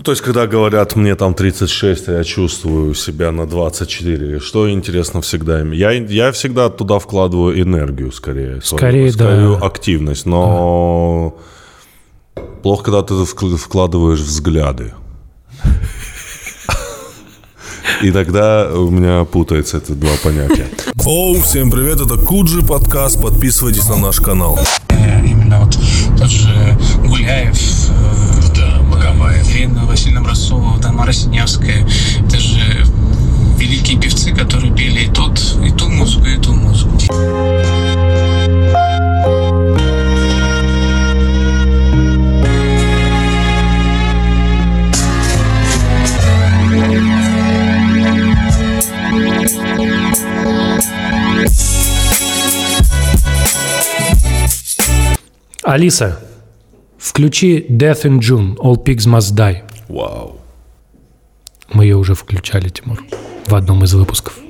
то есть, когда говорят, мне там 36, а я чувствую себя на 24, что интересно всегда им? Я всегда туда вкладываю энергию, скорее да. Активность, но плохо, когда ты вкладываешь взгляды. И тогда у меня путаются эти два понятия. Оу, всем привет, это Куджи подкаст, подписывайтесь на наш канал. Именно вот тот же Гуляев, Богомаев, Лена Васильевна Образцова, Тамара Синявская. Это же великие певцы, которые пели и ту музыку, и ту музыку. Алиса, включи Death in June, All Pigs Must Die. Вау. Мы ее уже включали, Тимур, в одном из выпусков.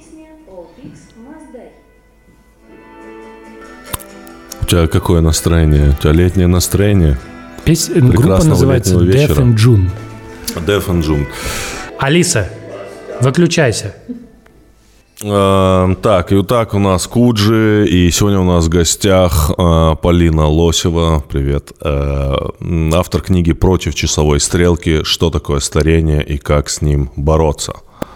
У тебя какое настроение? У тебя летнее настроение? Группа называется Death in June. Death in June. Алиса, выключайся. Так, и вот так у нас Куджи, и сегодня у нас в гостях Полина Лосева, привет, автор книги «Против часовой стрелки. Что такое старение и как с ним бороться».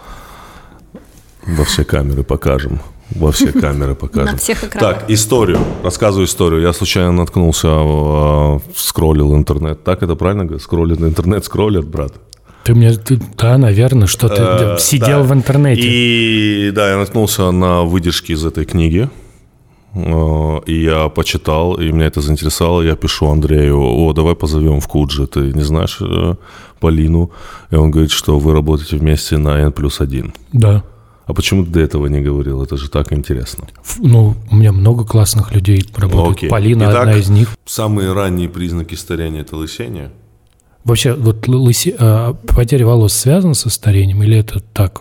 Во все камеры покажем. На всех экранах. Так, историю. Рассказываю историю. Я случайно наткнулся, скроллил интернет. Так это правильно? Скроллит интернет, скроллит, брат. Да, наверное, что ты сидел в интернете. И да, я наткнулся на выдержки из этой книги. И я почитал, и меня это заинтересовало. Я пишу Андрею: давай позовем в Куджи. Ты не знаешь Полину? И он говорит, что вы работаете вместе на N+1. Да. А почему ты до этого не говорил? Это же так интересно. У меня много классных людей работают. Окей. Полина Итак, одна из них. Самые ранние признаки старения – это лысение? Вообще, вот потеря волос связана со старением или это так?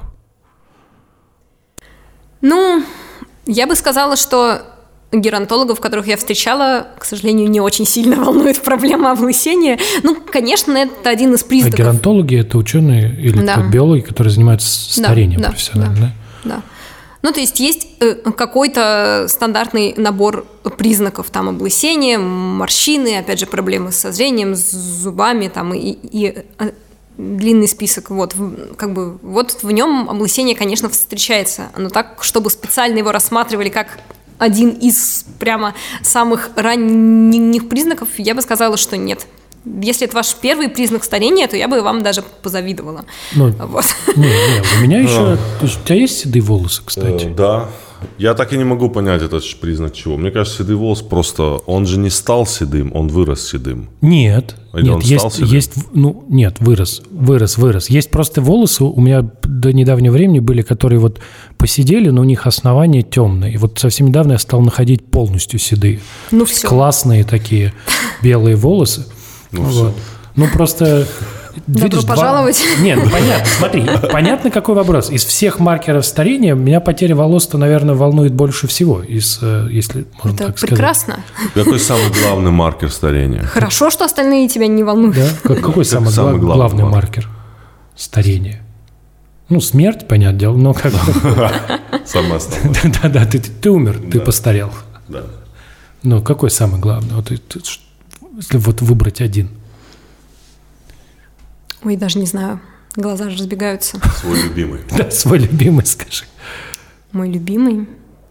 Я бы сказала, что геронтологов, которых я встречала, к сожалению, не очень сильно волнует проблема облысения. Конечно, это один из признаков. А геронтологи – это ученые или это биологи, которые занимаются старением профессионально? Да. То есть какой-то стандартный набор признаков, там облысение, морщины, опять же, проблемы со зрением, с зубами, там и длинный список. Вот в нем облысение, конечно, встречается. Но так, чтобы специально его рассматривали как один из прямо самых ранних признаков, я бы сказала, что нет. Если это ваш первый признак старения, то я бы вам даже позавидовала. У меня еще... У тебя есть седые волосы, кстати? Да. Я так и не могу понять этот признак чего. Мне кажется, седый волос просто... Он же не стал седым, он вырос седым. Нет, вырос. Есть просто волосы, у меня до недавнего времени были, которые вот посидели, но у них основания темные. И вот совсем недавно я стал находить полностью седые. Классные такие белые волосы. Просто... Добро пожаловать. Нет, понятно. Смотри, понятно, какой вопрос. Из всех маркеров старения меня потеря волос-то, наверное, волнует больше всего, если можно так сказать. Прекрасно. Какой самый главный маркер старения? Хорошо, что остальные тебя не волнуют. Да? Какой самый главный маркер старения? Смерть, понятное дело, но как... Сама стала. Да, ты умер, ты постарел. Да. Но какой самый главный? Если выбрать один. Ой, даже не знаю. Глаза же разбегаются. Свой любимый. Да, свой любимый, скажи. Мой любимый?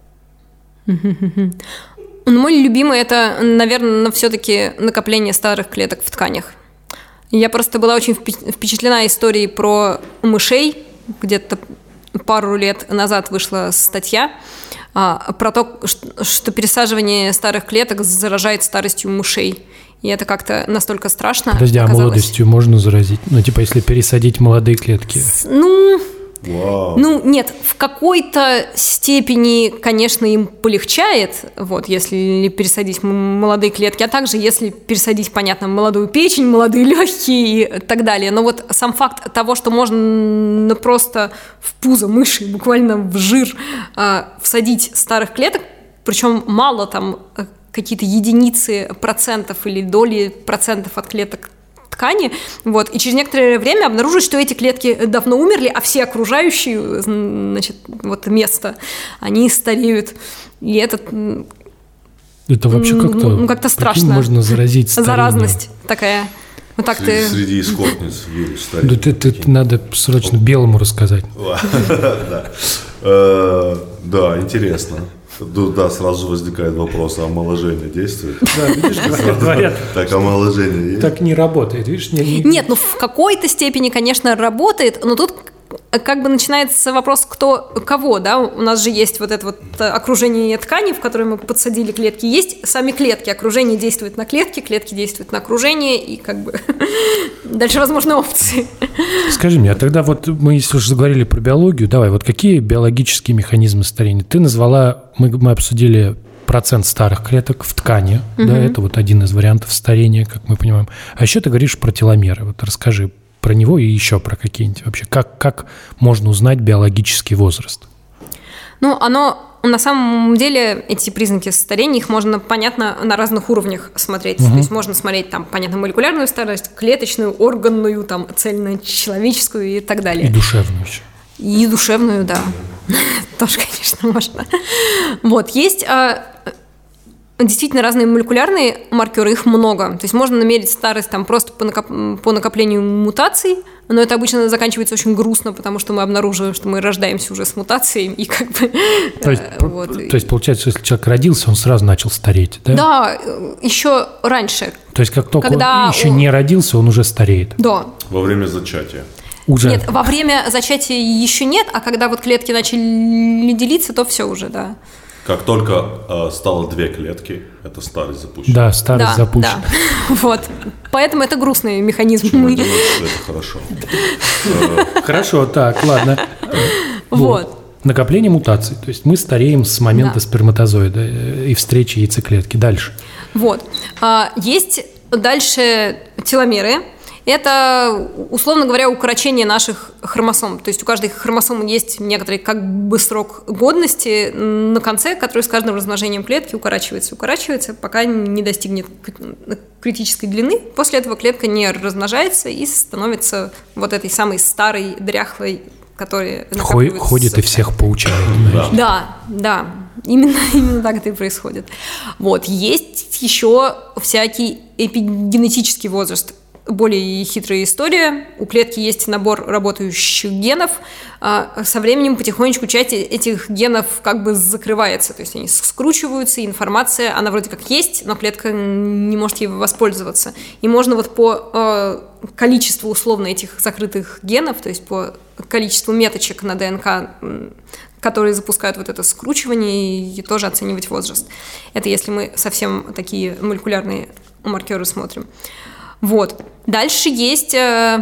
Мой любимый – это, наверное, все-таки накопление старых клеток в тканях. Я просто была очень впечатлена историей про мышей. Где-то пару лет назад вышла статья про то, что пересаживание старых клеток заражает старостью мышей. И это как-то настолько страшно. Подожди, а молодостью можно заразить? Если пересадить молодые клетки? Нет, в какой-то степени, конечно, им полегчает, если пересадить молодые клетки, а также если пересадить, понятно, молодую печень, молодые легкие и так далее. Но сам факт того, что можно просто в пузо мыши, буквально в жир всадить старых клеток, причем мало там какие-то единицы процентов или доли процентов от клеток ткани, вот, и через некоторое время обнаруживают, что эти клетки давно умерли, а все окружающие, значит, вот место, они стареют. И это вообще как-то страшно. Можно заразить старением. Заразность такая. Вот так Среди исхотниц вирус старения. Надо срочно Белому рассказать. Да, интересно. Да, сразу возникает вопрос, а омоложение действует? Да, видишь, говорят. Так, омоложение есть? Так не работает, видишь? Нет, ну в какой-то степени, конечно, работает, но тут как бы начинается вопрос, кто кого, да? У нас же есть вот это вот окружение тканей, в которое мы подсадили клетки. Есть сами клетки, окружение действует на клетки, клетки действуют на окружение, и как бы дальше возможны опции. Скажи мне, а тогда вот мы, если уже заговорили про биологию, давай, вот какие биологические механизмы старения? Ты назвала, мы обсудили процент старых клеток в ткани, да, это вот один из вариантов старения, как мы понимаем. А еще ты говоришь про теломеры, вот расскажи про него и еще про какие-нибудь вообще. Как можно узнать биологический возраст? Ну, на самом деле, эти признаки старения, их можно, понятно, на разных уровнях смотреть. То есть можно смотреть, там, понятно, молекулярную старость, клеточную, органную, там, цельно-человеческую и так далее. И душевную еще. И душевную, да. Тоже, конечно, можно. Вот, есть действительно разные молекулярные маркеры, их много. То есть можно намерить старость там просто по накоплению мутаций, но это обычно заканчивается очень грустно, потому что мы обнаруживаем, что мы рождаемся уже с мутацией, и как бы... То есть получается, если человек родился, он сразу начал стареть, да? Да, еще раньше. То есть как только он еще не родился, он уже стареет? Да. Во время зачатия? Уже. Нет, во время зачатия еще нет, а когда вот клетки начали делиться, то все уже, да. Как только стало 2 клетки, это старость запущена. Да, старость запущена. Да. Вот. Поэтому это грустный механизм. Почему я думаю, что это хорошо? Хорошо, так, ладно. Вот. Накопление мутаций. То есть мы стареем с момента сперматозоида и встречи яйцеклетки. Дальше. Вот. Есть дальше теломеры. Это, условно говоря, укорочение наших хромосом. То есть у каждой хромосомы есть некоторый как бы срок годности на конце, который с каждым размножением клетки укорачивается, пока не достигнет критической длины. После этого клетка не размножается и становится вот этой самой старой, дряхлой, которая накапливается. Ходит и всех поучает. Да. Именно так это и происходит. Вот. Есть еще всякий эпигенетический возраст. Более хитрая история. У клетки есть набор работающих генов. Со временем потихонечку часть этих генов как бы закрывается. То есть они скручиваются, и информация, она вроде как есть, но клетка не может ей воспользоваться. И можно вот по количеству условно этих закрытых генов, то есть по количеству меточек на ДНК, которые запускают вот это скручивание, и тоже оценивать возраст. Это если мы совсем такие молекулярные маркеры смотрим. Вот. Дальше есть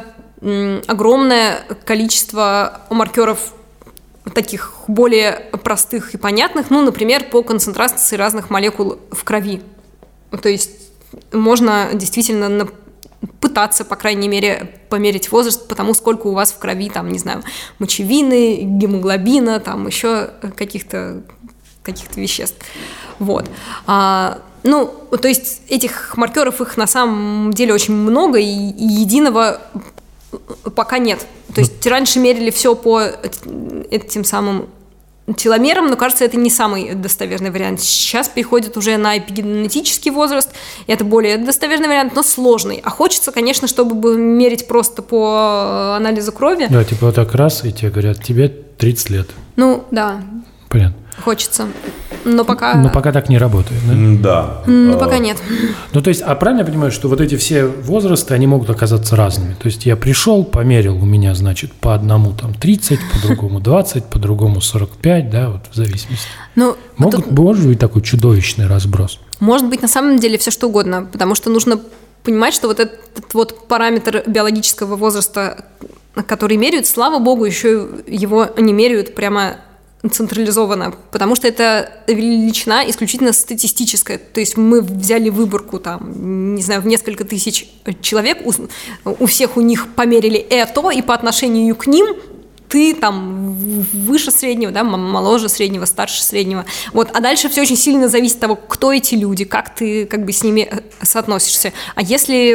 огромное количество маркеров таких более простых и понятных, ну, например, по концентрации разных молекул в крови. То есть можно действительно пытаться, по крайней мере, померить возраст по тому, сколько у вас в крови, там, не знаю, мочевины, гемоглобина, там еще каких-то веществ. Вот. Ну, то есть этих маркеров, их на самом деле очень много, и единого пока нет. То есть раньше мерили все по этим самым теломерам, но, кажется, это не самый достоверный вариант. Сейчас переходит уже на эпигенетический возраст, это более достоверный вариант, но сложный. А хочется, конечно, чтобы мерить просто по анализу крови. Да, типа вот так раз, и тебе говорят, тебе 30 лет. Ну, да. Понятно. Хочется. Но пока... Но пока так не работает, да? Да. Ну, пока нет. Ну, то есть, а правильно я понимаю, что вот эти все возрасты, они могут оказаться разными? То есть, я пришел, померил, у меня, значит, по одному там 30, по другому 20, по другому 45, да, вот в зависимости. Ну, может быть такой чудовищный разброс? Может быть, на самом деле все что угодно, потому что нужно понимать, что вот этот вот параметр биологического возраста, который меряют, слава богу, еще его не меряют прямо централизованно, потому что это величина исключительно статистическая. То есть мы взяли выборку, там, не знаю, в несколько тысяч человек, у всех у них померили это, и по отношению к ним ты там выше среднего, да, моложе среднего, старше среднего. Вот. А дальше все очень сильно зависит от того, кто эти люди, как ты как бы с ними соотносишься. А если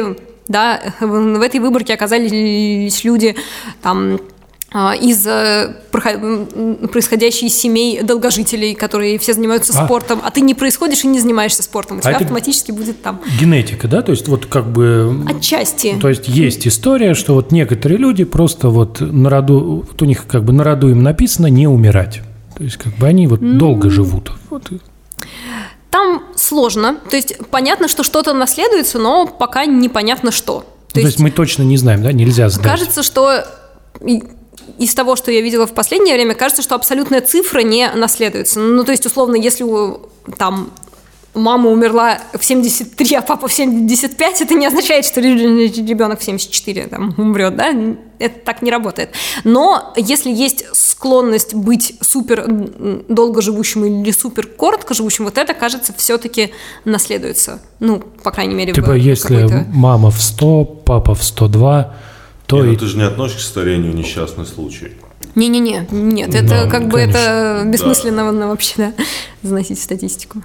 да, в этой выборке оказались люди там из происходящей из семей долгожителей, которые все занимаются спортом, а ты не происходишь и не занимаешься спортом, у тебя автоматически будет там... Генетика, да? То есть вот как бы... Отчасти. То есть есть история, что вот некоторые люди просто вот на роду, вот у них как бы на роду им написано не умирать. То есть как бы они вот долго живут. Вот. Там сложно. То есть понятно, что что-то наследуется, но пока непонятно что. То есть мы точно не знаем, да? Нельзя сдать. Кажется, что... Из того, что я видела в последнее время, кажется, что абсолютная цифра не наследуется. Ну, то есть, условно, если там мама умерла в 73, а папа в 75, это не означает, что ребенок в 74 там, умрет, да? Это так не работает. Но если есть склонность быть супер долгоживущим или супер короткоживущим, вот это, кажется, все-таки наследуется. Ну, по крайней мере, типа, если мама в 100, папа в 102... Ты же не относишься к старению несчастный случай. Не-не-не, нет, это как бы это бессмысленно вообще, да, заносить статистику.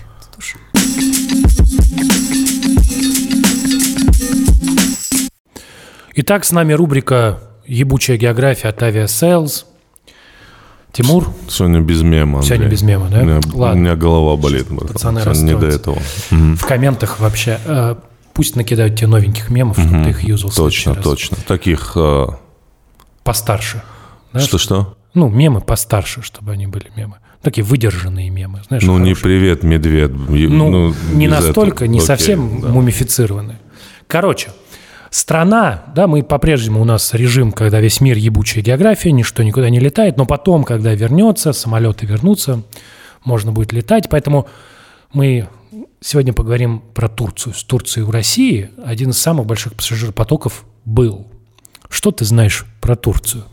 Итак, с нами рубрика «Ебучая география» от Aviasales. Тимур? Сегодня без мема, Андрей. Сегодня без мема, да? Ладно. У меня голова болит. Пацаны не до этого. В комментах вообще... Пусть накидают тебе новеньких мемов, чтобы ты их юзал. Точно. Таких... Постарше. Что? Ну, мемы постарше, чтобы они были мемы. Такие выдержанные мемы. Знаешь, ну, не «Привет, медведь». Не настолько, не совсем мумифицированные. Короче, страна, да, мы по-прежнему, у нас режим, когда весь мир ебучая география, ничто никуда не летает, но потом, когда вернется, самолеты вернутся, можно будет летать. Поэтому мы... Сегодня поговорим про Турцию. С Турцией в России один из самых больших пассажиропотоков был. Что ты знаешь про Турцию?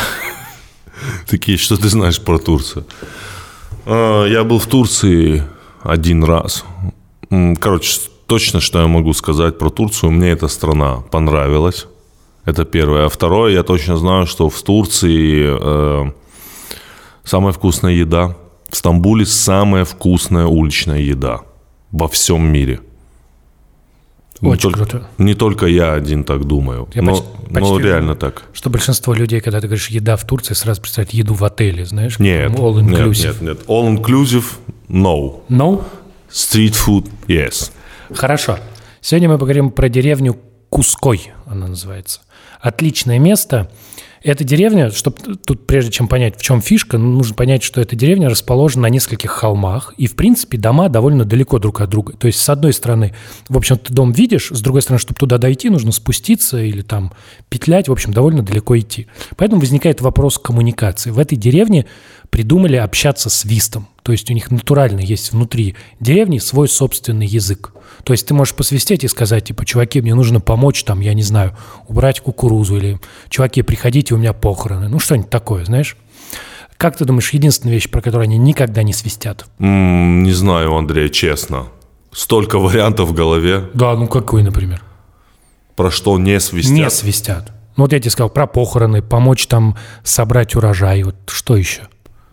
Что ты знаешь про Турцию? Я был в Турции один раз. Короче, точно, что я могу сказать про Турцию. Мне эта страна понравилась. Это первое. А второе, я точно знаю, что в Турции самая вкусная еда. В Стамбуле самая вкусная уличная еда. Во всем мире. Очень круто. Не только я один так думаю, но реально так. Что большинство людей, когда ты говоришь «еда в Турции», сразу представляют еду в отеле, знаешь? Нет. All-inclusive. All-inclusive, no. No? Street food, yes. Хорошо. Сегодня мы поговорим про деревню Куской, она называется. Отличное место. Эта деревня, чтобы тут, прежде чем понять, в чем фишка, нужно понять, что эта деревня расположена на нескольких холмах, и, в принципе, дома довольно далеко друг от друга. То есть, с одной стороны, в общем, ты дом видишь, с другой стороны, чтобы туда дойти, нужно спуститься или там петлять, в общем, довольно далеко идти. Поэтому возникает вопрос коммуникации. В этой деревне придумали общаться свистом. То есть, у них натурально есть внутри деревни свой собственный язык. То есть ты можешь посвистеть и сказать, типа, чуваки, мне нужно помочь, там, я не знаю, убрать кукурузу, или, чуваки, приходите, у меня похороны. Ну, что-нибудь такое, знаешь? Как ты думаешь, единственная вещь, про которую они никогда не свистят? Не знаю, Андрей, честно. Столько вариантов в голове. Да, ну какой, например? Про что не свистят? Не свистят. Ну, вот я тебе сказал про похороны, помочь там собрать урожай. Вот что еще?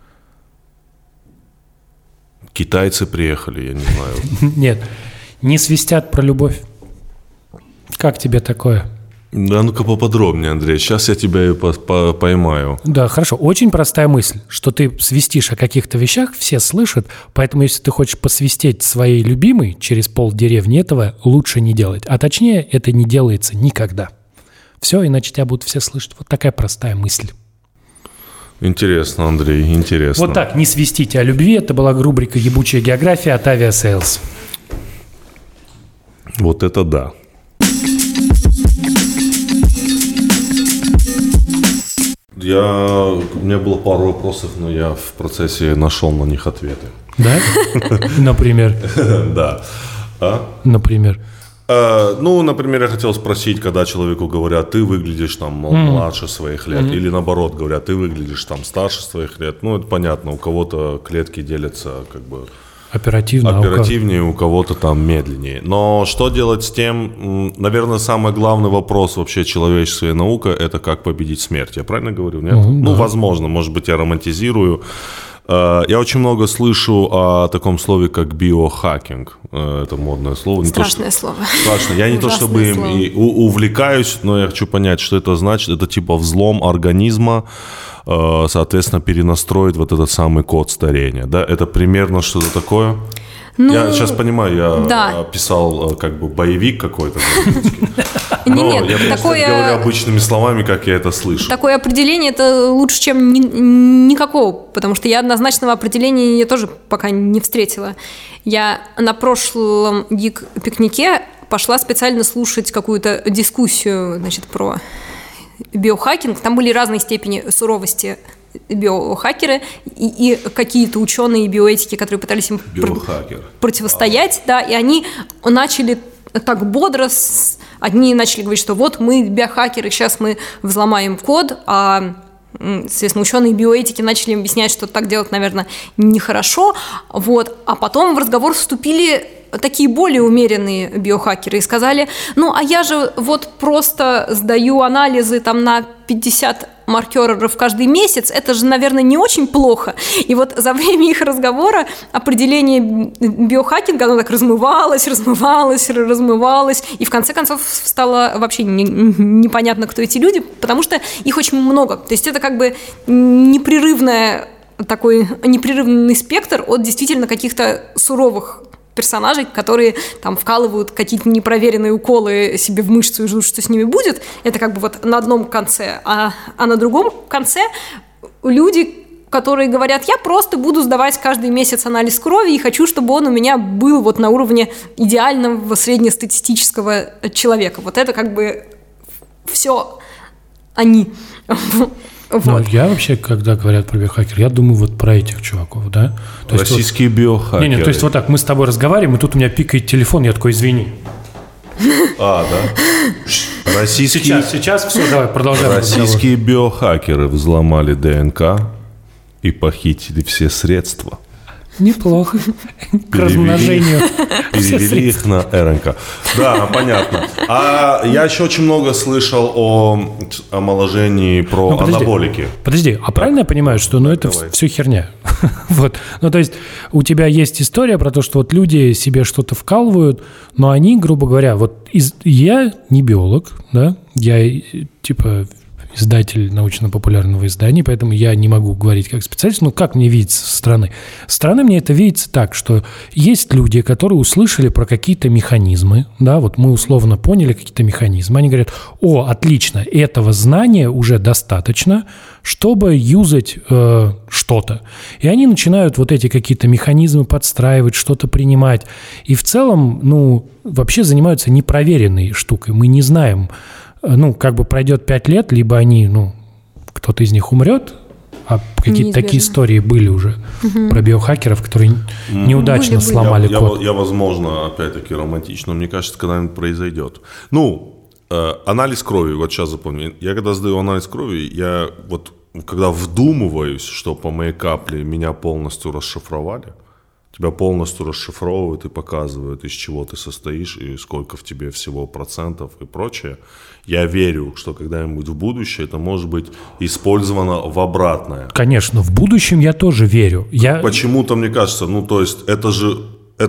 Китайцы приехали, я не знаю. Нет. Не свистят про любовь. Как тебе такое? Да, ну-ка поподробнее, Андрей. Сейчас я тебя и поймаю. Да, хорошо. Очень простая мысль, что ты свистишь о каких-то вещах, все слышат, поэтому если ты хочешь посвистеть своей любимой через полдеревни, этого лучше не делать. А точнее, это не делается никогда. Все, иначе тебя будут все слышать. Вот такая простая мысль. Интересно, Андрей, интересно. Вот так, не свистите о любви. Это была рубрика «Ебучая география» от Aviasales. Вот это да. У меня было пару вопросов, но я в процессе нашел на них ответы. Да? Например? Да. Например? Ну, например, я хотел спросить, когда человеку говорят, ты выглядишь там младше своих лет, или наоборот говорят, ты выглядишь там старше своих лет. Ну, это понятно, у кого-то клетки делятся как бы... Оперативнее, у кого-то там медленнее. Но что делать с тем, наверное, самый главный вопрос вообще человеческой науки, это как победить смерть. Я правильно говорю? Нет? Ну, да. Возможно, может быть, я романтизирую. Я очень много слышу о таком слове, как биохакинг. Это модное слово. Страшное слово. Страшно. Я не то чтобы им и увлекаюсь, но я хочу понять, что это значит. Это типа взлом организма, соответственно, перенастроить вот этот самый код старения. Да? Это примерно что-то такое? Ну, я сейчас понимаю, я писал как бы боевик какой-то. Но я просто говорю обычными словами, как я это слышу. Такое определение это лучше, чем никакого, потому что я однозначного определения тоже пока не встретила. Я на прошлом гик-пикнике пошла специально слушать какую-то дискуссию, значит, про биохакинг. Там были разные степени суровости биохакеры и какие-то ученые биоэтики, которые пытались им противостоять, да, и они начали так бодро, одни начали говорить, что вот мы биохакеры, сейчас мы взломаем код, а, соответственно, ученые биоэтики начали объяснять, что так делать, наверное, нехорошо, вот, а потом в разговор вступили такие более умеренные биохакеры и сказали, ну, а я же вот просто сдаю анализы там на 50 маркеров каждый месяц, это же, наверное, не очень плохо. И вот за время их разговора определение биохакинга, оно так размывалось, и в конце концов стало вообще непонятно, кто эти люди, потому что их очень много. То есть это как бы непрерывный спектр от действительно каких-то суровых персонажей, которые там вкалывают какие-то непроверенные уколы себе в мышцу и ждут, что с ними будет. Это как бы вот на одном конце. А на другом конце люди, которые говорят, я просто буду сдавать каждый месяц анализ крови и хочу, чтобы он у меня был вот на уровне идеального среднестатистического человека. Вот это как бы все они. Вот. Ну, я вообще, когда говорят про биохакер, я думаю вот про этих чуваков, да? То российские вот, биохакеры. Не, то есть вот так, мы с тобой разговариваем, и тут у меня пикает телефон, я такой, извини. Да? Сейчас все, давай, продолжаем. Российские биохакеры взломали ДНК и похитили все средства. Неплохо. К размножению. Перевели их на РНК. Да, понятно. А я еще очень много слышал о омоложении, про анаболики. Подожди, а правильно я понимаю, что это все херня? Вот. Ну, то есть у тебя есть история про то, что вот люди себе что-то вкалывают, но они, грубо говоря, вот я не биолог, да, я типа издатель научно-популярного издания, поэтому я не могу говорить как специалист, но как мне видится со стороны? Со стороны мне это видится так, что есть люди, которые услышали про какие-то механизмы, да, вот мы условно поняли какие-то механизмы, они говорят, отлично, этого знания уже достаточно, чтобы юзать что-то. И они начинают вот эти какие-то механизмы подстраивать, что-то принимать. И в целом, вообще занимаются непроверенной штукой. Мы не знаем, как бы пройдет 5 лет, либо они, кто-то из них умрет, а какие-то такие истории были уже про биохакеров, которые неудачно сломали код. Я, возможно, опять-таки романтично, мне кажется, когда-нибудь произойдет. Анализ крови, вот сейчас запомню. Я когда сдаю анализ крови, я вот когда вдумываюсь, что по моей капле меня полностью расшифровали, тебя полностью расшифровывают и показывают, из чего ты состоишь и сколько в тебе всего процентов и прочее. Я верю, что когда-нибудь в будущее это может быть использовано в обратное. Конечно, в будущем я тоже верю. Почему-то мне кажется, то есть это же,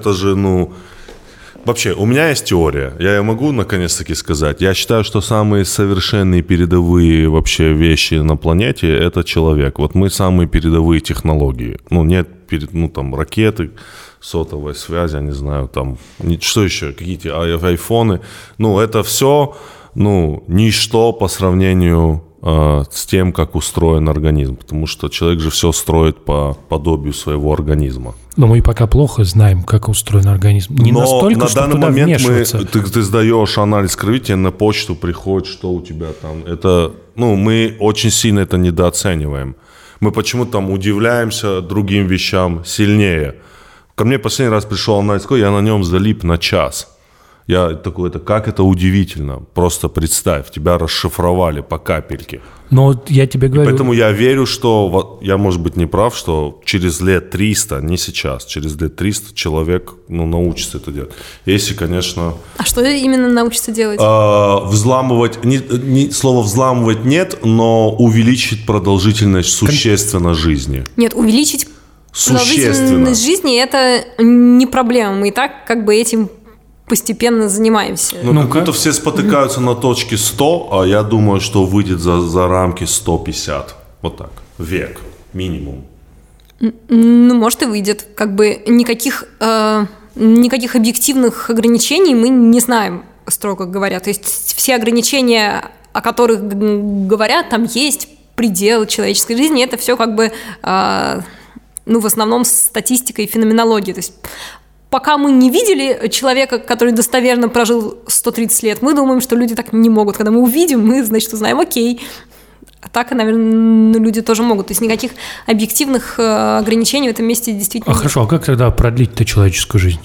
вообще, у меня есть теория, я ее могу наконец-таки сказать. Я считаю, что самые совершенные передовые вообще вещи на планете – это человек. Вот мы самые передовые технологии. Нет ракеты, сотовой связи, я не знаю, что еще, какие-то айфоны. Это все, ничто по сравнению с тем, как устроен организм. Потому что человек же все строит по подобию своего организма. Но мы пока плохо знаем, как устроен организм. Не но настолько, на что данный туда момент вмешиваться. Ты сдаешь анализ крови, тебе на почту приходит, что у тебя там. Это, мы очень сильно это недооцениваем. Мы почему-то удивляемся другим вещам сильнее. Ко мне последний раз пришел анализ крови, я на нем залип на час. Я такой, как это удивительно. Просто представь, тебя расшифровали по капельке. Но я тебе говорю... И поэтому я верю, что, я, может быть, не прав, что через лет 300, не сейчас, через лет 300 человек научится это делать. Если, конечно... А что именно научится делать? Взламывать, слово взламывать нет, но увеличить продолжительность существенно жизни. Нет, увеличить Продолжительность жизни – это не проблема. Мы и так как бы этим постепенно занимаемся. Ну, как будто все спотыкаются на точке 100, а я думаю, что выйдет за рамки 150. Вот так. Век. Минимум. Ну, может, и выйдет. Как бы никаких объективных ограничений мы не знаем, строго говоря. То есть все ограничения, о которых говорят, там есть предел человеческой жизни. Это все как бы, в основном статистика и феноменология. То есть пока мы не видели человека, который достоверно прожил 130 лет, мы думаем, что люди так не могут. Когда мы увидим, мы, значит, узнаем, окей. А так, наверное, люди тоже могут. То есть никаких объективных ограничений в этом месте действительно нет. Хорошо, а как тогда продлить-то человеческую жизнь?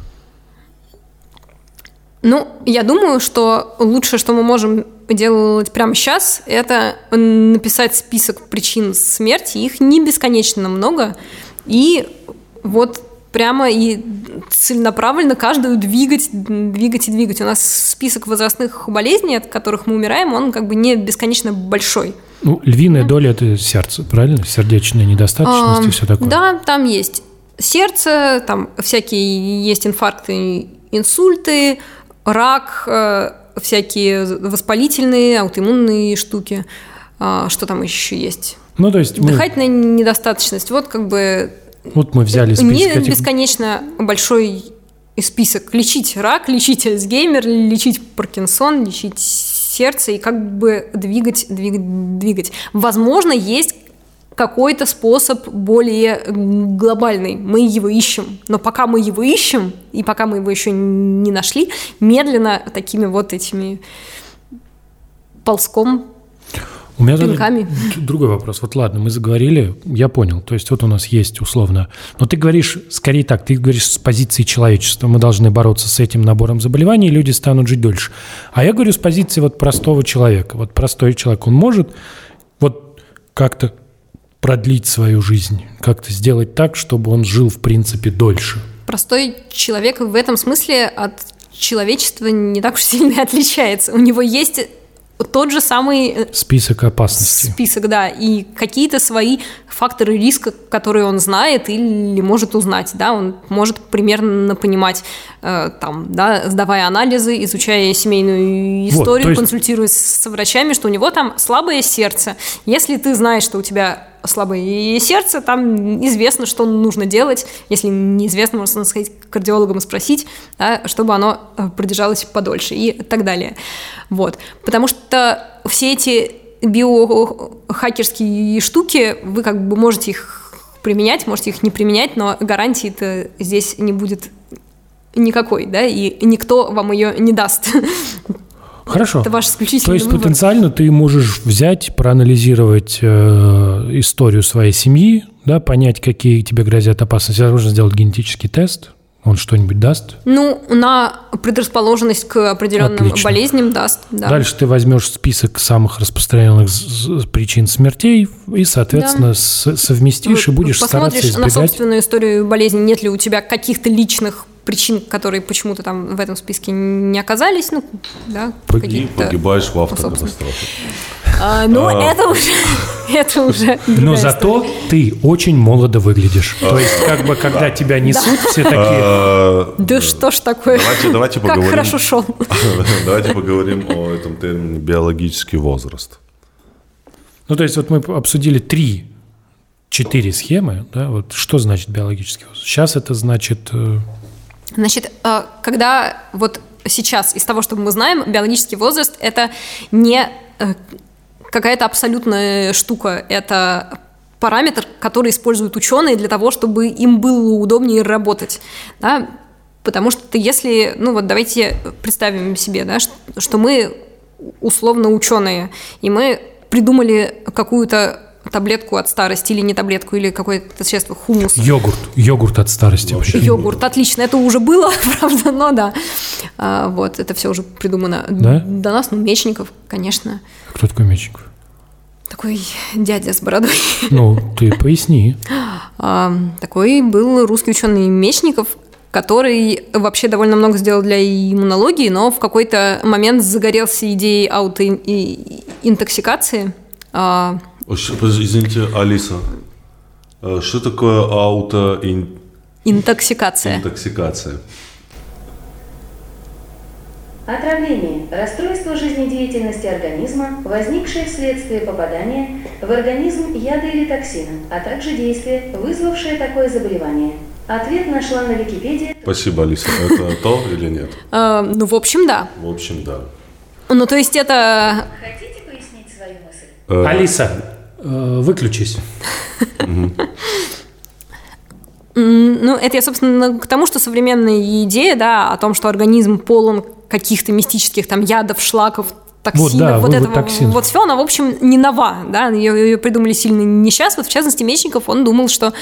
Ну, я думаю, что лучшее, что мы можем делать прямо сейчас, это написать список причин смерти. Их не бесконечно много. И вот прямо и целенаправленно каждую двигать. У нас список возрастных болезней, от которых мы умираем, он как бы не бесконечно большой. Ну, львиная доля – это сердце, правильно? Сердечная недостаточность и все такое. Да, там есть сердце, там всякие есть инфаркты, инсульты, рак, всякие воспалительные, аутоиммунные штуки. Что там еще есть? Ну, то есть дыхательная недостаточность. Вот как бы... Вот мы взяли список. Не бесконечно большой список. Лечить рак, лечить Альцгеймер, лечить Паркинсон, лечить сердце и как бы двигать. Возможно, есть какой-то способ более глобальный. Мы его ищем. Но пока мы его ищем, и пока мы его еще не нашли, медленно такими вот этими ползком, у меня пинками. Другой вопрос. Вот ладно, мы заговорили, я понял. То есть вот у нас есть условно... Но ты говоришь, скорее так, ты говоришь с позиции человечества. Мы должны бороться с этим набором заболеваний, и люди станут жить дольше. А я говорю с позиции вот простого человека. Вот простой человек, он может вот как-то продлить свою жизнь, как-то сделать так, чтобы он жил, в принципе, дольше. Простой человек в этом смысле от человечества не так уж сильно отличается. У него есть тот же самый список опасностей. Список, да, и какие-то свои факторы риска, которые он знает или может узнать, да, он может примерно понимать, сдавая анализы, изучая семейную историю, вот, консультируясь с врачами, что у него там слабое сердце. Если ты знаешь, что у тебя слабое сердце, там известно, что нужно делать. Если неизвестно, можно сходить к кардиологам и спросить, да, чтобы оно продержалось подольше и так далее. Вот. Потому что все эти биохакерские штуки, вы как бы можете их применять, можете их не применять, но гарантии-то здесь не будет никакой, да, и никто вам ее не даст. Хорошо. Это ваш исключительный То есть выбор. потенциально ты можешь взять, проанализировать историю своей семьи, да, понять, какие тебе грозят опасности. Можно сделать генетический тест. Он что-нибудь даст? Ну, на предрасположенность к определенным болезням даст. Да. Дальше ты возьмешь список самых распространенных причин смертей и, соответственно, совместишь и будешь стараться избегать. Посмотришь на собственную историю болезни, нет ли у тебя каких-то личных причин, которые почему-то там в этом списке не оказались. Ну, да, погибаешь в автокатастрофе. Это уже. Но зато ты очень молодо выглядишь. То есть, как бы, когда тебя несут, все такие... Да что ж такое? Давайте поговорим. Как хорошо шел. Давайте поговорим о этом термине биологический возраст. Ну, то есть, вот мы обсудили 3-4 схемы. Да? Вот что значит биологический возраст? Сейчас это значит... Значит, когда вот сейчас из того, что мы знаем, биологический возраст – это не какая-то абсолютная штука, это параметр, который используют ученые для того, чтобы им было удобнее работать, да? Потому что если, ну вот давайте представим себе, да, что мы условно ученые, и мы придумали какую-то таблетку от старости или не таблетку, или какое-то средство, хумус. Йогурт от старости. Йогурт, отлично. Это уже было, правда, но да. Вот, это все уже придумано. Да? До нас, Мечников, конечно. Кто такой Мечников? Такой дядя с бородой. Ну, ты поясни. Такой был русский ученый Мечников, который вообще довольно много сделал для иммунологии, но в какой-то момент загорелся идеей аутоинтоксикации. Извините, Алиса, Что такое интоксикация? Отравление – расстройство жизнедеятельности организма, возникшее вследствие попадания в организм яда или токсина, а также действие, вызвавшее такое заболевание. Ответ нашла на Википедии. Спасибо, Алиса. Это то или нет? В общем, да. Ну, то есть это... Хотите пояснить свою мысль? Алиса, выключись. Ну, это я, собственно, к тому, что современная идея, да, о том, что организм полон каких-то мистических там ядов, шлаков, токсинов, вот все, она, в общем, не нова, да, ее придумали сильно не сейчас. Вот, в частности, Мечников, он думал, что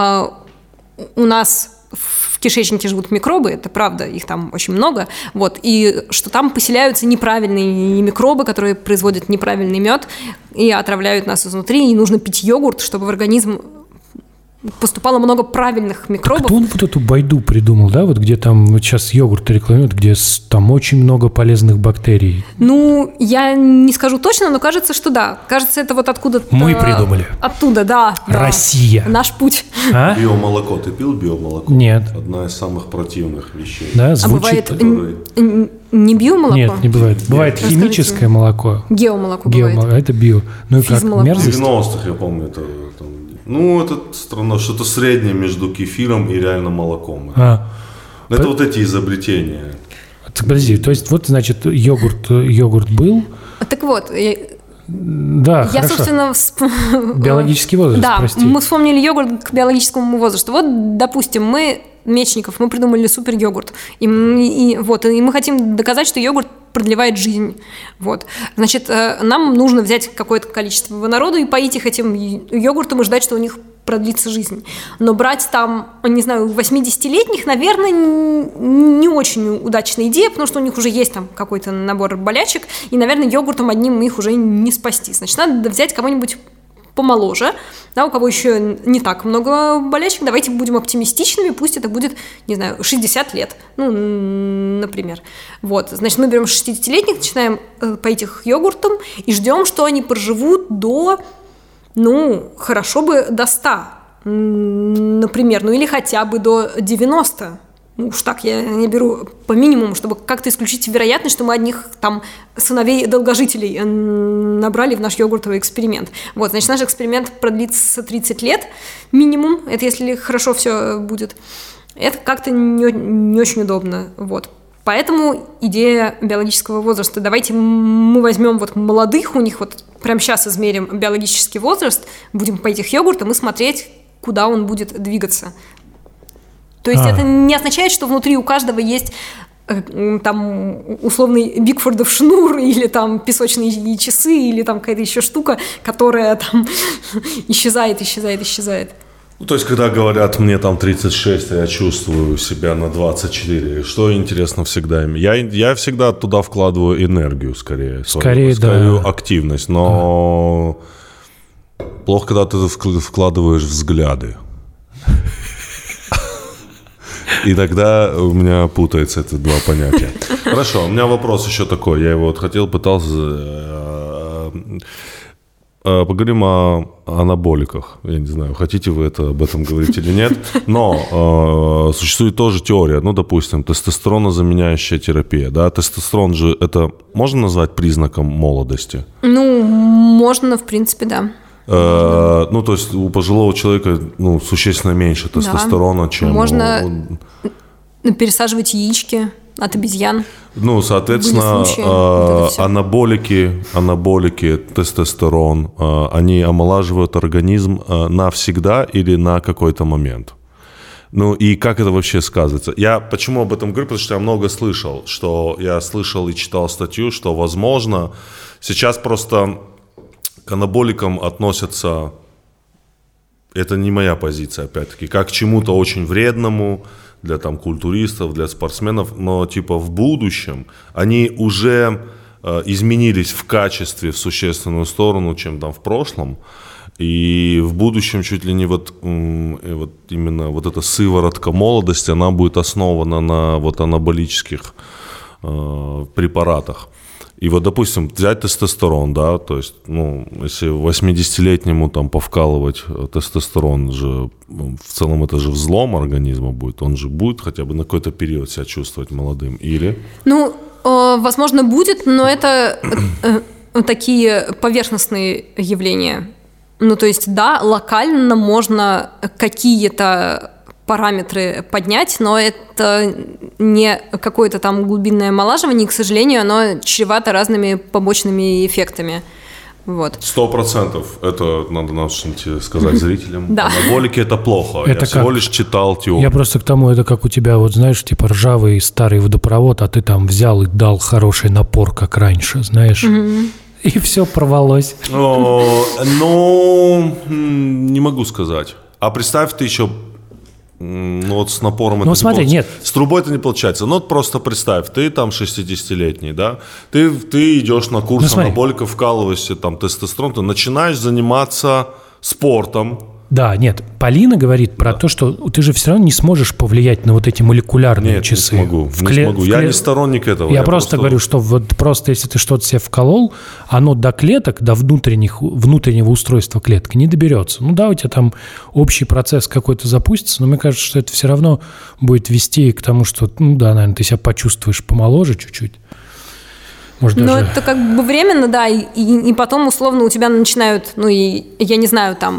у нас в кишечнике живут микробы, это правда, их там очень много, вот, и что там поселяются неправильные микробы, которые производят неправильный мед и отравляют нас изнутри, и нужно пить йогурт, чтобы в организм поступало много правильных микробов. Кто он вот эту байду придумал, да, вот где там вот сейчас йогурт рекламируют, где там очень много полезных бактерий? Ну, я не скажу точно, но кажется, что да. Кажется, это вот откуда-то... Мы придумали. Оттуда, да. Россия. Да. Наш путь. А? Биомолоко. Ты пил биомолоко? Нет. Одна из самых противных вещей. Да, звучит... Не биомолоко? Нет, не бывает. Бывает химическое молоко. Геомолоко бывает. Это био. Ну и как, мерзость? В 90-х, я помню, это... Ну, это странно, что-то среднее между кефиром и реально молоком. Это вот эти изобретения. Подожди, то есть вот, значит, йогурт был. Так вот, да, я, хорошо. собственно... Биологический возраст, да, прости. Мы вспомнили йогурт к биологическому возрасту. Вот, допустим, Мечников, мы придумали супер-йогурт. И мы хотим доказать, что йогурт продлевает жизнь. Вот. Значит, нам нужно взять какое-то количество народу и поить их этим йогуртом и ждать, что у них продлится жизнь. Но брать там, не знаю, 80-летних, наверное, не очень удачная идея, потому что у них уже есть там какой-то набор болячек, и, наверное, йогуртом одним их уже не спасти. Значит, надо взять кого-нибудь помоложе, да, у кого еще не так много болячек, давайте будем оптимистичными, пусть это будет, не знаю, 60 лет, ну, например. Вот, значит, мы берем 60-летних, начинаем поить их йогуртом и ждем, что они проживут до, ну, хорошо бы до 100, например, ну, или хотя бы до 90. Ну, уж так я не беру по минимуму, чтобы как-то исключить вероятность, что мы одних там сыновей-долгожителей набрали в наш йогуртовый эксперимент. Вот, значит, наш эксперимент продлится 30 лет минимум, это если хорошо все будет. Это как-то не очень удобно, вот. Поэтому идея биологического возраста. Давайте мы возьмем вот молодых, у них вот прямо сейчас измерим биологический возраст, будем поить их йогуртом и смотреть, куда он будет двигаться. То есть это не означает, что внутри у каждого есть там условный Бигфордов шнур или там песочные часы или там какая-то еще штука, которая там исчезает. Ну, то есть, когда говорят, мне там 36, а я чувствую себя на 24, что интересно всегда им? Я всегда туда вкладываю энергию скорее да. Активность, но плохо, когда ты вкладываешь взгляды. И тогда у меня путаются эти два понятия. Хорошо, у меня вопрос еще такой. Я его пытался... Поговорим о анаболиках. Я не знаю, хотите вы об этом говорить или нет. Но существует тоже теория. Ну, допустим, тестостеронозаменяющая терапия. Да? Тестостерон же, это можно назвать признаком молодости? Ну, можно, в принципе, да. Ну, то есть у пожилого человека существенно меньше тестостерона, чем... Можно пересаживать яички от обезьян. Ну, соответственно, анаболики, тестостерон, они омолаживают организм навсегда или на какой-то момент. Ну, и как это вообще сказывается? Я почему об этом говорю? Потому что я много слышал, я слышал и читал статью, что, возможно, сейчас просто... К анаболикам относятся, это не моя позиция, опять-таки, как к чему-то очень вредному для там культуристов, для спортсменов, но типа в будущем они уже изменились в качестве в существенную сторону, чем там в прошлом, и в будущем чуть ли не вот именно вот эта сыворотка молодости, она будет основана на вот анаболических препаратах. И вот, допустим, взять тестостерон, да, то есть, ну, если 80-летнему там повкалывать тестостерон же, в целом это же взлом организма будет, он же будет хотя бы на какой-то период себя чувствовать молодым, или? Ну, возможно, будет, но это такие поверхностные явления. Ну, то есть, да, локально можно какие-то параметры поднять, но это не какое-то там глубинное омолаживание, и, к сожалению, оно чревато разными побочными эффектами. Вот. 100%. Это надо нам что-нибудь сказать зрителям. Да. Анаболики – это плохо. Это я всего лишь читал теорию. Я просто к тому, это как у тебя, вот знаешь, типа ржавый старый водопровод, а ты там взял и дал хороший напор, как раньше, знаешь. И все порвалось. Ну, не могу сказать. А представь, ты еще... Ну вот с напором это смотри, не нет. С трубой это не получается. Ну вот просто представь, ты там 60-летний, да, ты идешь на курс анаболиков, вкалываешься там тестостерон, ты начинаешь заниматься спортом. Да, нет, Полина говорит про то, что ты же все равно не сможешь повлиять на вот эти молекулярные часы. Не смогу. Я не сторонник этого. Я просто говорю, что вот просто если ты что-то себе вколол, оно до клеток, до внутреннего устройства клетки не доберется. Ну да, у тебя там общий процесс какой-то запустится, но мне кажется, что это все равно будет вести к тому, что, ну да, наверное, ты себя почувствуешь помоложе чуть-чуть. Может, но даже... это как бы временно, да, и потом условно у тебя начинают, ну и я не знаю, там...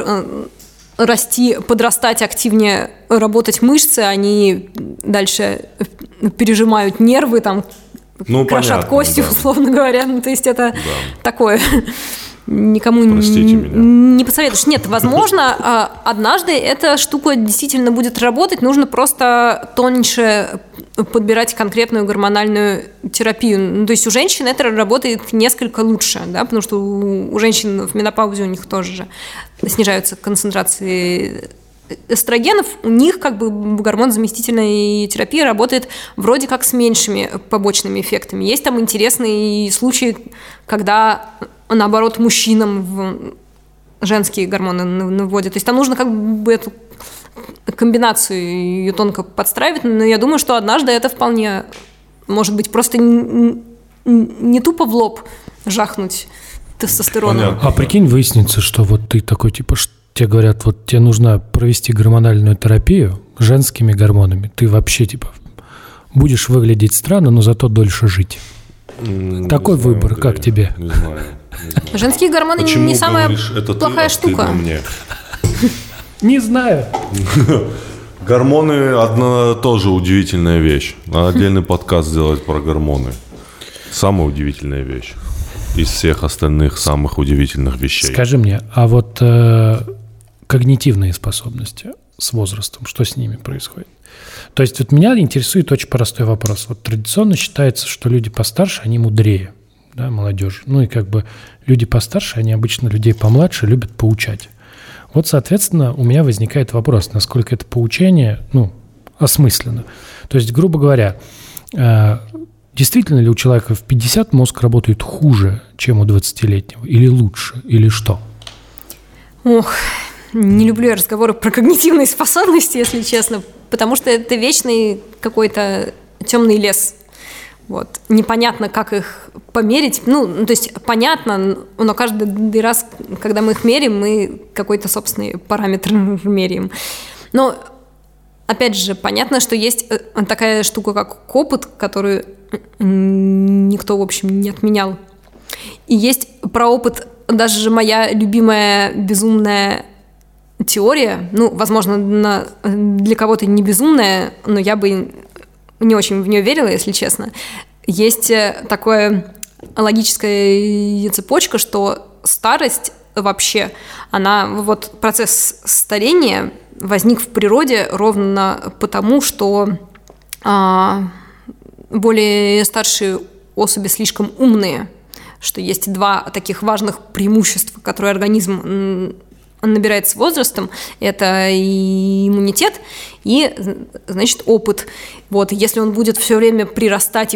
подрастать активнее, работать мышцы, они дальше пережимают нервы, там, крошат кости, да. Условно говоря. Ну, то есть это такое... Никому не посоветуешь. Нет, возможно, однажды эта штука действительно будет работать, нужно просто тоньше подбирать конкретную гормональную терапию. Ну, то есть у женщин это работает несколько лучше, да, потому что у женщин в менопаузе у них тоже же снижаются концентрации эстрогенов, у них как бы гормон-заместительная терапия работает вроде как с меньшими побочными эффектами. Есть там интересные случаи, когда наоборот мужчинам женские гормоны вводят. То есть там нужно как бы эту комбинацию ее тонко подстраивать, но я думаю, что однажды это вполне может быть просто не тупо в лоб жахнуть тестостероном. А прикинь, выяснится, что вот ты такой типа... Тебе говорят, вот тебе нужно провести гормональную терапию женскими гормонами. Ты вообще типа будешь выглядеть странно, но зато дольше жить. Такой выбор, Андрей, как тебе? Не знаю. Женские гормоны не самая плохая штука. Не знаю. Гормоны одна тоже удивительная вещь. Надо отдельный подкаст сделать про гормоны. Самая удивительная вещь из всех остальных самых удивительных вещей. Скажи мне, а вот когнитивные способности с возрастом, что с ними происходит? То есть вот меня интересует очень простой вопрос. Вот традиционно считается, что люди постарше, они мудрее, да, молодежь. Ну и как бы люди постарше, они обычно людей помладше любят поучать. Вот, соответственно, у меня возникает вопрос, насколько это поучение, ну, осмысленно. То есть, грубо говоря, действительно ли у человека в 50 мозг работает хуже, чем у 20-летнего? Или лучше? Или что? Ох, не люблю я разговоры про когнитивные способности, если честно, потому что это вечный какой-то темный лес. Вот. Непонятно, как их померить. Ну, то есть понятно, но каждый раз, когда мы их меряем, мы какой-то собственный параметр меряем. Но, опять же, понятно, что есть такая штука, как опыт, которую никто, в общем, не отменял. И есть про опыт даже моя любимая безумная теория. Ну, возможно, для кого-то не безумная, но я бы не очень в нее верила, если честно. Есть такая логическая цепочка, что старость вообще, она, вот процесс старения возник в природе ровно потому, что более старшие особи слишком умные, что есть два таких важных преимущества, которые организм набирает с возрастом. Это и иммунитет, и, значит, опыт. Вот, если он будет все время прирастать,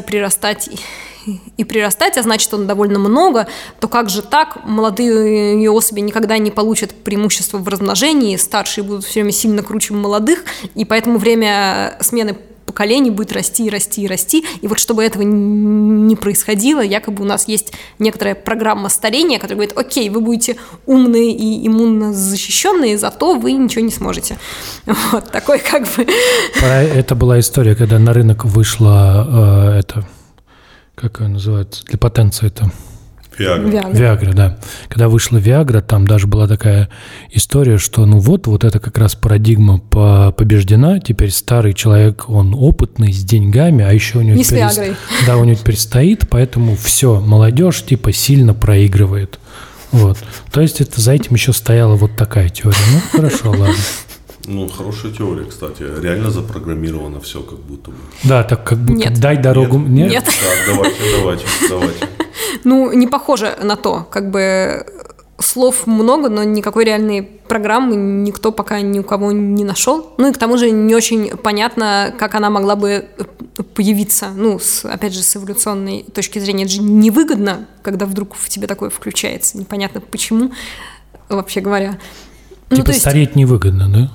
а значит, он довольно много, то как же так? Молодые особи никогда не получат преимущество в размножении, старшие будут все время сильно круче молодых, и поэтому время смены поколений будет расти и расти и расти. И вот чтобы этого не происходило, якобы у нас есть некоторая программа старения, которая говорит: окей, вы будете умные и иммунно защищенные, зато вы ничего не сможете. Вот такой как бы... Это была история, когда на рынок вышла как ее называется, для потенции это... Виагра, да. Когда вышла Виагра, там даже была такая история, что вот эта как раз парадигма побеждена, теперь старый человек, он опытный, с деньгами, а еще у него у него теперь стоит, поэтому все, молодежь типа сильно проигрывает. Вот. То есть это за этим еще стояла вот такая теория. Ну, хорошо, ладно. Хорошая теория, кстати. Реально запрограммировано все как будто бы. Да, так как будто дай дорогу. Нет. Так, давайте. Не похоже на то. Как бы слов много, но никакой реальной программы никто пока ни у кого не нашел. И к тому же не очень понятно, как она могла бы появиться. Опять же, с эволюционной точки зрения, это же невыгодно, когда вдруг в тебе такое включается. Непонятно почему, вообще говоря. Стареть невыгодно, да?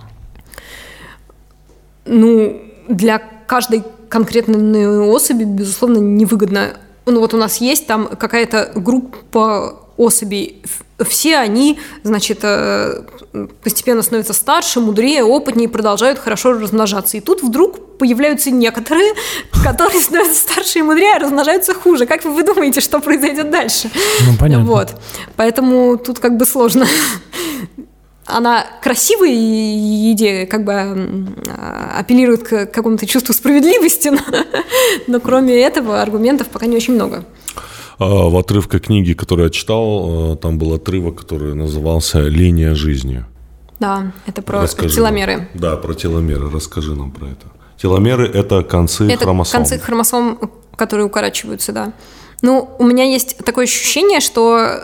Для каждой конкретной особи, безусловно, невыгодно. Вот у нас есть там какая-то группа особей. Все они, значит, постепенно становятся старше, мудрее, опытнее, продолжают хорошо размножаться. И тут вдруг появляются некоторые, которые становятся старше и мудрее, а размножаются хуже. Как вы думаете, что произойдет дальше? Понятно. Вот. Поэтому тут как бы сложно. Она красивая идея, как бы апеллирует к какому-то чувству справедливости, но кроме этого аргументов пока не очень много. В отрывке книги, которую я читал, там был отрывок, который назывался «Линия жизни». Да, это про теломеры. Да, про теломеры. Расскажи нам про это. Теломеры – это концы хромосом. Это концы хромосом, которые укорачиваются, да. У меня есть такое ощущение, что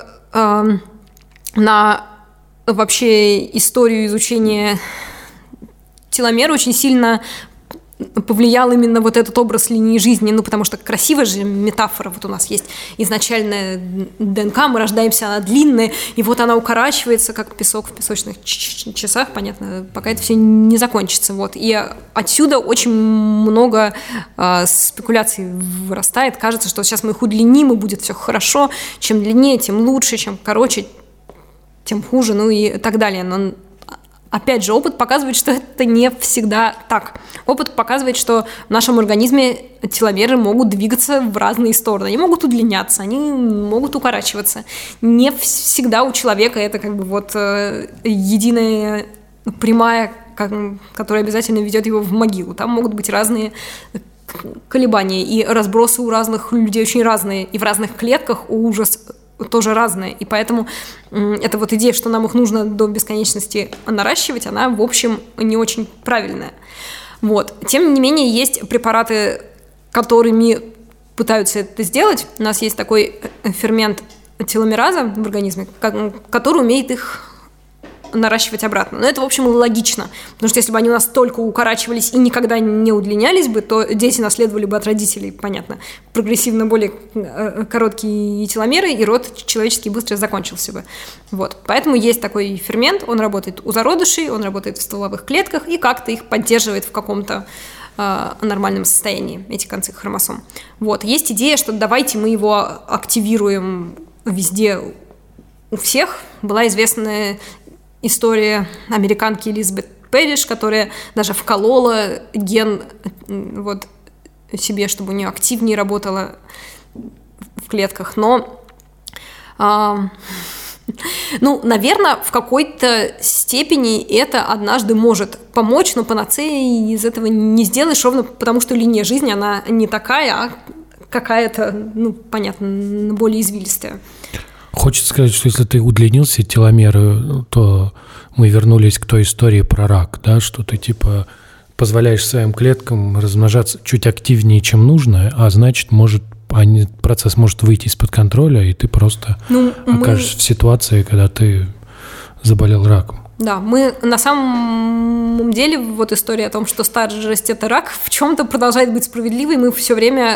на вообще историю изучения теломер очень сильно повлиял именно вот этот образ линии жизни, потому что красивая же метафора, вот у нас есть изначальная ДНК, мы рождаемся, она длинная, и вот она укорачивается, как песок в песочных часах, понятно, пока это все не закончится, вот, и отсюда очень много спекуляций вырастает, кажется, что сейчас мы их удлиним, и будет все хорошо, чем длиннее, тем лучше, чем короче, тем хуже, и так далее. Но, опять же, опыт показывает, что это не всегда так. Опыт показывает, что в нашем организме теломеры могут двигаться в разные стороны. Они могут удлиняться, они могут укорачиваться. Не всегда у человека это как бы вот единая прямая, которая обязательно ведет его в могилу. Там могут быть разные колебания, и разбросы у разных людей очень разные, и в разных клетках ужас тоже разные, и поэтому эта вот идея, что нам их нужно до бесконечности наращивать, она, в общем, не очень правильная. Вот. Тем не менее, есть препараты, которыми пытаются это сделать. У нас есть такой фермент теломераза в организме, который умеет их наращивать обратно. Но это, в общем, логично, потому что если бы они у нас только укорачивались и никогда не удлинялись бы, то дети наследовали бы от родителей, понятно, прогрессивно более короткие теломеры, и род человеческий быстро закончился бы. Вот. Поэтому есть такой фермент, он работает у зародышей, он работает в стволовых клетках и как-то их поддерживает в каком-то нормальном состоянии, эти концы хромосом. Вот. Есть идея, что давайте мы его активируем везде, у всех. Была известная история американки Элизабет Пэриш, которая даже вколола ген вот себе, чтобы у нее активнее работало в клетках. Но, наверное, в какой-то степени это однажды может помочь, но панацеи из этого не сделаешь, ровно потому что линия жизни, она не такая, а какая-то, понятно, более извилистая. Хочется сказать, что если ты удлинил все теломеры, то мы вернулись к той истории про рак, да, что ты типа позволяешь своим клеткам размножаться чуть активнее, чем нужно, а значит, процесс может выйти из-под контроля, и ты просто окажешься в ситуации, когда ты заболел раком. Да, мы на самом деле, вот история о том, что старость – это рак, в чем-то продолжает быть справедливой, мы все время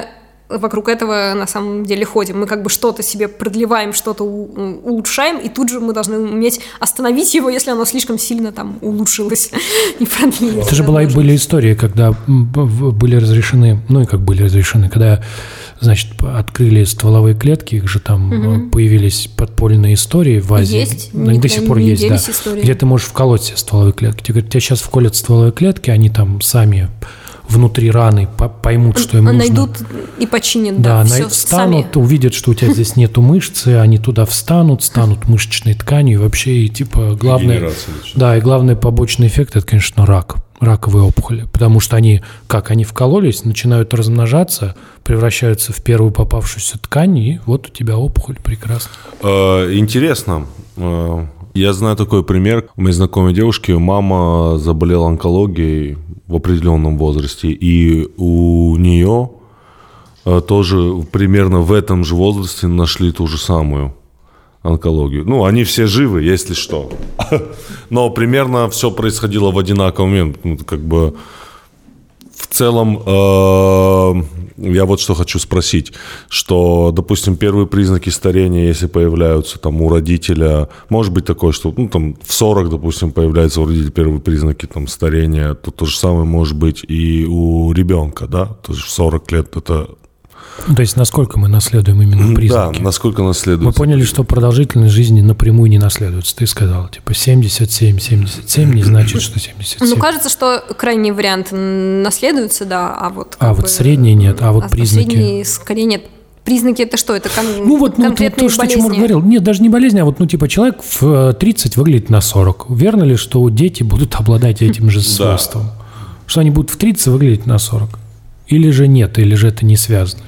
вокруг этого на самом деле ходим. Мы как бы что-то себе продлеваем, что-то улучшаем, и тут же мы должны уметь остановить его, если оно слишком сильно там улучшилось и продлилось. Это же были истории, когда были разрешены, когда, значит, открыли стволовые клетки, их же там появились подпольные истории в Азии. Есть. До сих пор есть, да. Истории. Где ты можешь вколоть себе стволовые клетки. Тебе говорят, тебя сейчас вколят стволовые клетки, они там сами внутри раны поймут, что им нужно. Найдут и починят, да, все встанут, сами. увидят, что у тебя здесь нету мышцы, они туда станут мышечной тканью, и вообще, и типа, главное... Да, и главный побочный эффект – это, конечно, раковые опухоли, потому что они вкололись, начинают размножаться, превращаются в первую попавшуюся ткань, и вот у тебя опухоль, прекрасно. Интересно. Я знаю такой пример. У моей знакомой девушки мама заболела онкологией в определенном возрасте, и у нее тоже примерно в этом же возрасте нашли ту же самую онкологию. Ну, они все живы, если что. Но примерно все происходило в одинаковый момент. Ну, как бы в целом, я вот что хочу спросить, что, допустим, первые признаки старения, если появляются там у родителя, может быть такое, что там в 40, допустим, появляются у родителя первые признаки там старения, то же самое может быть и у ребенка, да? То есть в 40 лет это... То есть насколько мы наследуем именно признаки? Да, насколько наследуется. Мы поняли, что продолжительность жизни напрямую не наследуется. Ты сказал, типа 77 не значит, что 77. Ну, кажется, что крайний вариант наследуется, да, а вот... средний нет, а вот признаки... Средний скорее нет. Признаки это что? Это конкретные то, что болезни? Тимур говорил. Нет, даже не болезнь, а вот, человек в 30 выглядит на 40. Верно ли, что дети будут обладать этим же свойством? Что они будут в 30 выглядеть на 40? Или же нет, или же это не связано?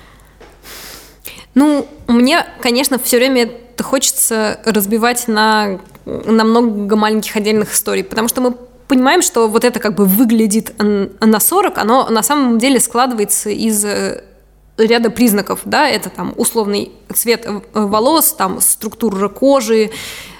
Ну, мне, конечно, все время это хочется разбивать на много маленьких отдельных историй, потому что мы понимаем, что вот это как бы выглядит на 40, оно на самом деле складывается из ряда признаков, да, это там условный цвет волос, там структура кожи,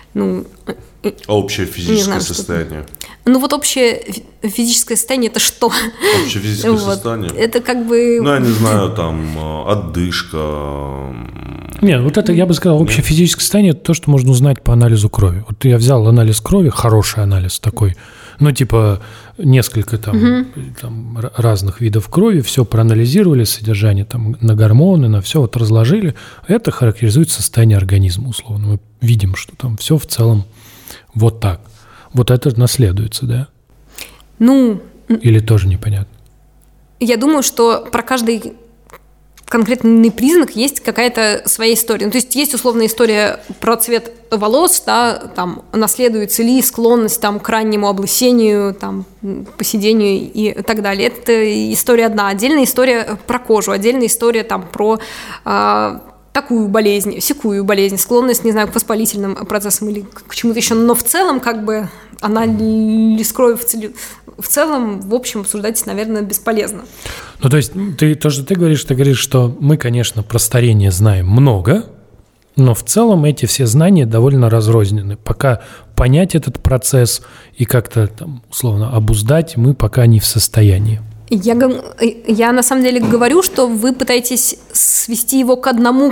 общее физическое состояние. Ну вот общее физическое состояние – это что? Общее физическое состояние? Это как бы… Ну, я не знаю, там, отдышка… Нет, вот это, я бы сказал, общее физическое состояние – это то, что можно узнать по анализу крови. Вот я взял анализ крови, хороший анализ такой, несколько там разных видов крови, все проанализировали, содержание там на гормоны, на все, вот разложили. Это характеризует состояние организма, условно. Мы видим, что там все в целом вот так. Вот это наследуется, да? Или тоже непонятно? Я думаю, что про каждый конкретный признак есть какая-то своя история. То есть есть условная история про цвет волос, да, там, наследуется ли склонность там, к раннему облысению, там, поседению и так далее. Это история одна. Отдельная история про кожу, отдельная история там, про такую болезнь, сякую болезнь, склонность, не знаю, к воспалительным процессам или к чему-то еще. Но в целом, как бы, анализ крови в целом, в общем, обсуждать, наверное, бесполезно. То есть ты говоришь, что мы, конечно, про старение знаем много, но в целом эти все знания довольно разрознены. Пока понять этот процесс и как-то там, условно обуздать мы пока не в состоянии. Я на самом деле говорю, что вы пытаетесь свести его к одной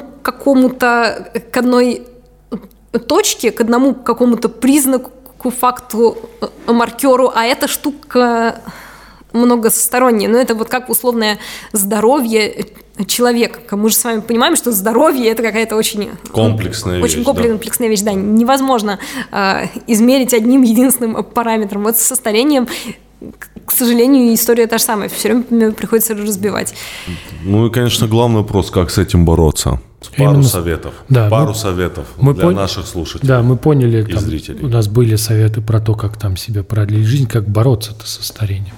точке, к одному какому-то признаку, факту, маркеру, а эта штука многосторонняя. Но это вот как условное здоровье человека. Мы же с вами понимаем, что здоровье – это какая-то очень комплексная вещь. Да. Невозможно измерить одним единственным параметром. Вот со старением, к сожалению, история та же самая. Все время приходится разбивать. Ну и, конечно, главный вопрос, как с этим бороться. Пару советов. Да, советов для наших слушателей. Да, мы поняли. И зрителей. У нас были советы про то, как там себе продлить жизнь, как бороться-то со старением.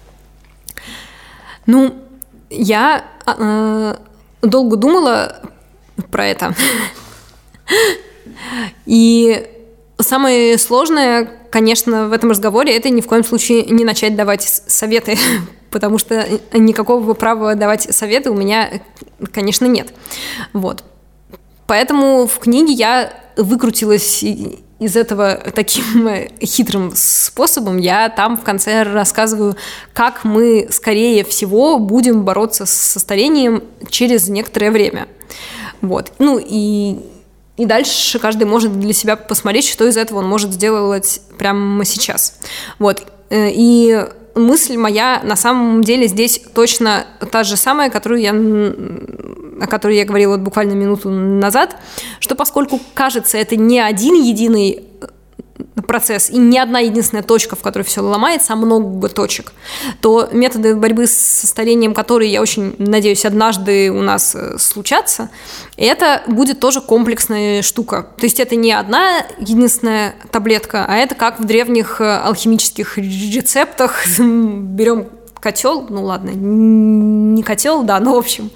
Я долго думала про это. И самое сложное, конечно, в этом разговоре, это ни в коем случае не начать давать советы, потому что никакого права давать советы у меня, конечно, нет. Вот. Поэтому в книге я выкрутилась из этого таким хитрым способом я там в конце рассказываю, как мы, скорее всего, будем бороться со старением через некоторое время. Вот. Ну и дальше каждый может для себя посмотреть, что из этого он может сделать прямо сейчас. Вот. И мысль моя на самом деле здесь точно та же самая, о которой я говорила вот буквально минуту назад, что поскольку, кажется, это не один единый процесс и не одна единственная точка, в которой все ломается, а много точек, то методы борьбы с старением, которые, я очень надеюсь, однажды у нас случатся, это будет тоже комплексная штука. То есть это не одна единственная таблетка, а это как в древних алхимических рецептах. Берем котел, ну ладно, не котел, да, но в общем,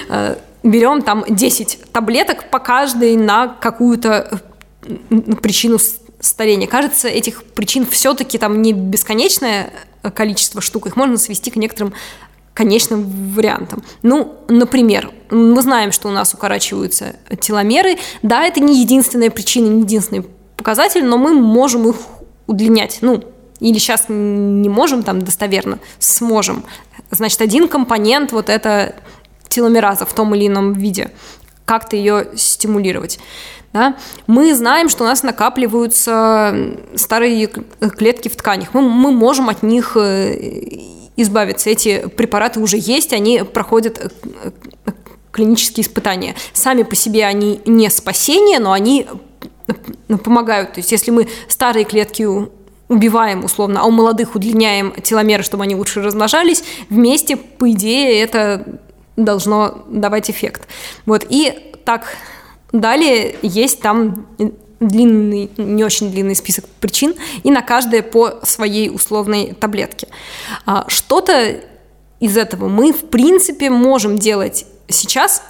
берем там 10 таблеток по каждой на какую-то причину старения. Кажется, этих причин все-таки там не бесконечное количество штук, их можно свести к некоторым конечным вариантам. Ну, например, мы знаем, что у нас укорачиваются теломеры. Да, это не единственная причина, не единственный показатель, но мы можем их удлинять. Ну, или сейчас не можем там достоверно, сможем. Значит, один компонент вот это теломераза в том или ином виде. Как-то ее стимулировать. Да? Мы знаем, что у нас накапливаются старые клетки в тканях. Мы можем от них избавиться. Эти препараты уже есть, они проходят клинические испытания. Сами по себе они не спасение, но они помогают. То есть если мы старые клетки убиваем, условно, а у молодых удлиняем теломеры, чтобы они лучше размножались, вместе, по идее, это должно давать эффект. Вот. И так далее есть там длинный, не очень длинный список причин, и на каждое по своей условной таблетке. Что-то из этого мы, в принципе, можем делать сейчас,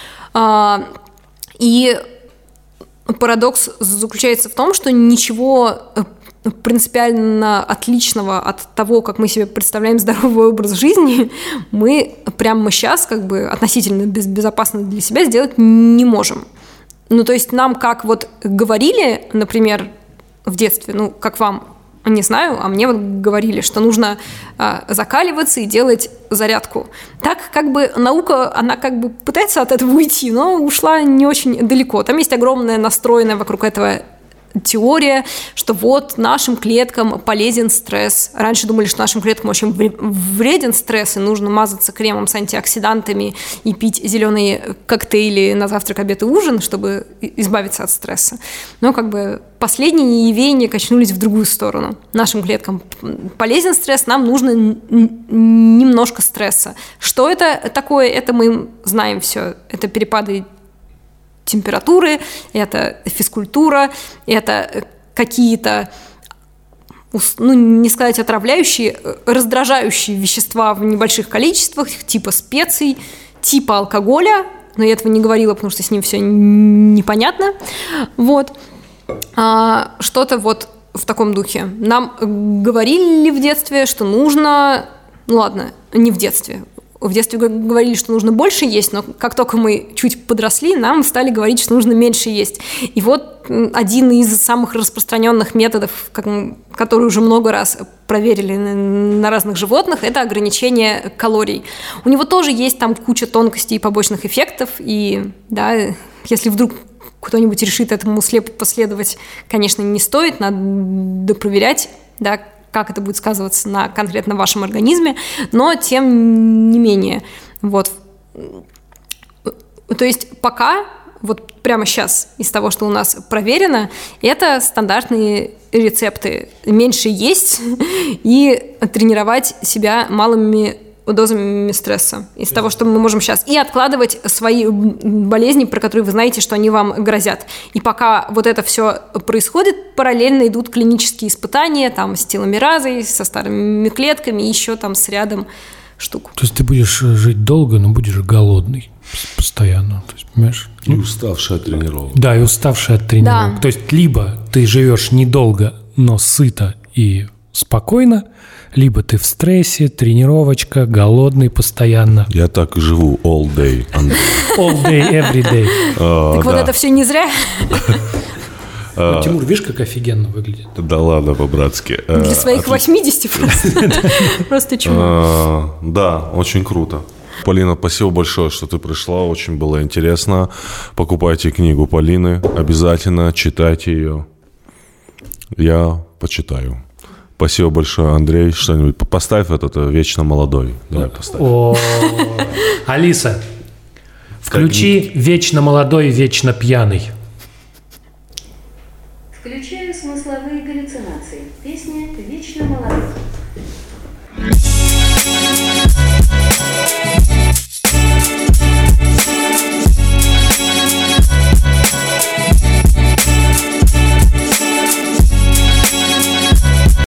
и парадокс заключается в том, что ничего принципиально отличного от того, как мы себе представляем здоровый образ жизни, мы прямо сейчас как бы относительно безопасно для себя сделать не можем. Ну, то есть нам как вот говорили, например, в детстве, ну, как вам, не знаю, а мне вот говорили, что нужно закаливаться и делать зарядку. Так как бы наука, она как бы пытается от этого уйти, но ушла не очень далеко. Там есть огромная настроенная вокруг этого теория, что вот нашим клеткам полезен стресс. Раньше думали, что нашим клеткам очень вреден стресс, и нужно мазаться кремом с антиоксидантами и пить зеленые коктейли на завтрак, обед и ужин, чтобы избавиться от стресса. Но как бы последние веяния качнулись в другую сторону. Нашим клеткам полезен стресс, нам нужно немножко стресса. Что это такое? Это мы знаем все. Это перепады температуры, это физкультура, это какие-то, ну, не сказать отравляющие, раздражающие вещества в небольших количествах, типа специй, типа алкоголя, но я этого не говорила, потому что с ним все непонятно. Вот. Что-то вот в таком духе. Нам говорили в детстве, что нужно... Ну ладно, не в детстве. В детстве говорили, что нужно больше есть, но как только мы чуть подросли, нам стали говорить, что нужно меньше есть. И вот один из самых распространенных методов, который уже много раз проверили на разных животных, это ограничение калорий. У него тоже есть там куча тонкостей и побочных эффектов, и да, если вдруг кто-нибудь решит этому слепо последовать, конечно, не стоит, надо допроверять, да, как это будет сказываться на конкретно вашем организме, но тем не менее. Вот. То есть пока, вот прямо сейчас, из того, что у нас проверено, это стандартные рецепты. Меньше есть и тренировать себя малыми дозами стресса из того, что мы можем сейчас, и откладывать свои болезни, про которые вы знаете, что они вам грозят. И пока вот это все происходит, параллельно идут клинические испытания там, с теломеразой, со старыми клетками, и еще там с рядом штук. То есть ты будешь жить долго, но будешь голодный постоянно, то есть, понимаешь? И уставший от тренировок. Да, и уставший от тренировок. Да. То есть либо ты живешь недолго, но сыто и спокойно, либо ты в стрессе, тренировочка, голодный постоянно. Я так и живу all day, Андрей. All day, every day. Так вот это все не зря. Тимур, видишь, как офигенно выглядит? Да ладно, по-братски. Для своих 80 просто чумак. Да, очень круто. Полина, спасибо большое, что ты пришла, очень было интересно. Покупайте книгу Полины, обязательно читайте ее. Я почитаю. Спасибо большое, Андрей. Что-нибудь поставь этот «Вечно молодой». Давай поставь. Алиса, включи «Вечно молодой, вечно пьяный». Включаю смысловые галлюцинации. Песня «Вечно молодой».